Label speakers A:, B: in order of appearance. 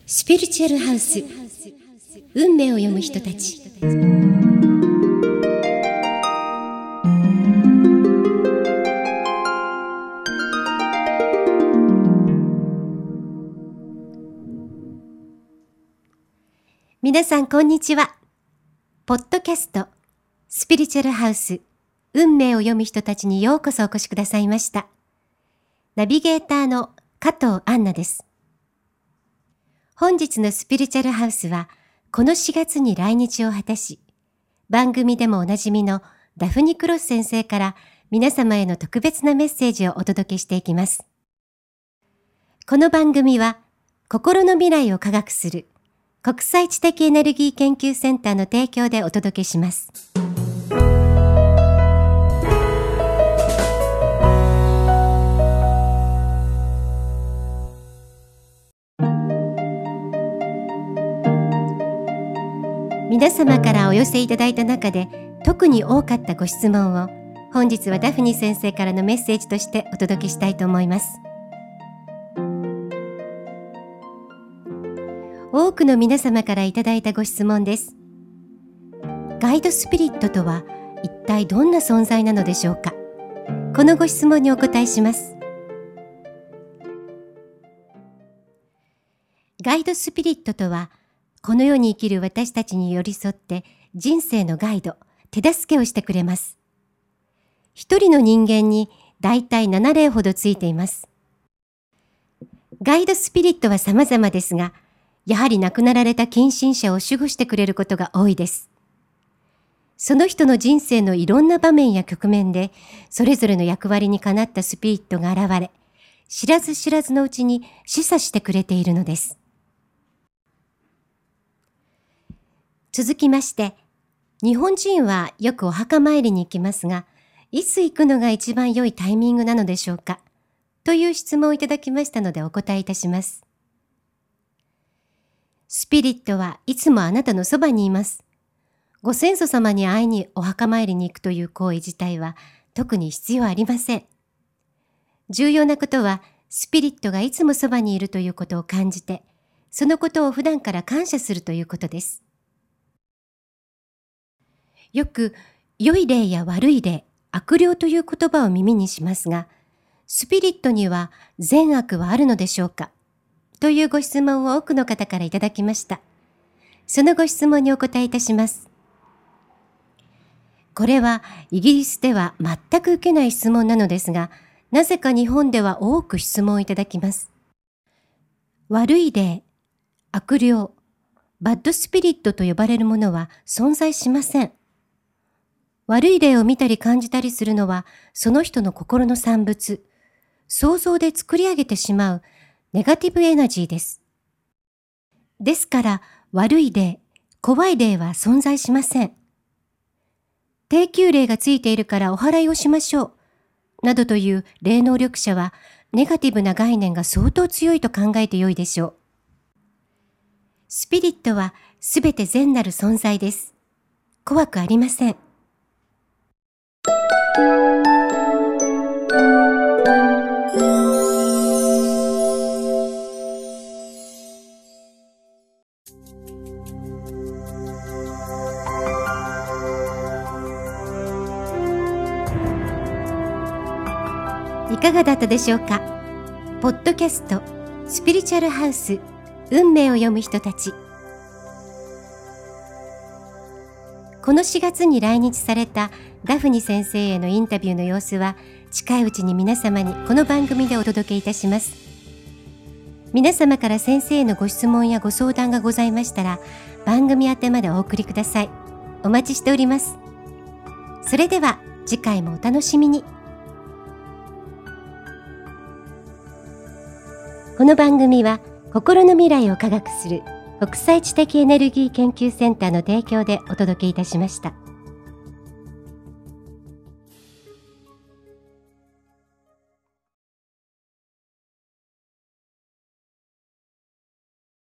A: スピリチュアルハウス、運命を読む人たち。皆さんこんにちは。ポッドキャストスピリチュアルハウス、運命を読む人たちにようこそお越しくださいました。ナビゲーターの加藤杏奈です。本日のスピリチュアルハウスは、この4月に来日を果たし、番組でもおなじみのダフニ・クロス先生から皆様への特別なメッセージをお届けしていきます。この番組は、心の未来を科学する国際知的エネルギー研究センターの提供でお届けします。皆様からお寄せいただいた中で特に多かったご質問を本日はダフニ先生からのメッセージとしてお届けしたいと思います。多くの皆様からいただいたご質問です。ガイドスピリットとは一体どんな存在なのでしょうか。このご質問にお答えします。ガイドスピリットとは、この世に生きる私たちに寄り添って人生のガイド、手助けをしてくれます。一人の人間にだいたい7例ほどついています。ガイドスピリットは様々ですが、やはり亡くなられた近親者を守護してくれることが多いです。その人の人生のいろんな場面や局面で、それぞれの役割にかなったスピリットが現れ、知らず知らずのうちに示唆してくれているのです。続きまして、日本人はよくお墓参りに行きますが、いつ行くのが一番良いタイミングなのでしょうかという質問をいただきましたのでお答えいたします。スピリットはいつもあなたのそばにいます。ご先祖様に会いにお墓参りに行くという行為自体は特に必要ありません。重要なことはスピリットがいつもそばにいるということを感じて、そのことを普段から感謝するということです。よく良い霊や悪い霊、悪霊という言葉を耳にしますが、スピリットには善悪はあるのでしょうかというご質問を多くの方からいただきました。そのご質問にお答えいたします。これはイギリスでは全く受けない質問なのですが、なぜか日本では多く質問をいただきます。悪い霊、悪霊、バッドスピリットと呼ばれるものは存在しません。悪い霊を見たり感じたりするのは、その人の心の産物、想像で作り上げてしまうネガティブエナジーです。ですから、悪い霊、怖い霊は存在しません。低級霊がついているからお祓いをしましょう、などという霊能力者は、ネガティブな概念が相当強いと考えてよいでしょう。スピリットはすべて善なる存在です。怖くありません。いかがだったでしょうか。ポッドキャストスピリチュアルハウス、運命を読む人たち。この4月に来日されたダフニ先生へのインタビューの様子は近いうちに皆様にこの番組でお届けいたします。皆様から先生へのご質問やご相談がございましたら番組宛てまでお送りください。お待ちしております。それでは次回もお楽しみに。この番組は心の未来を科学する国際知的エネルギー研究センターの提供でお届けいたしました。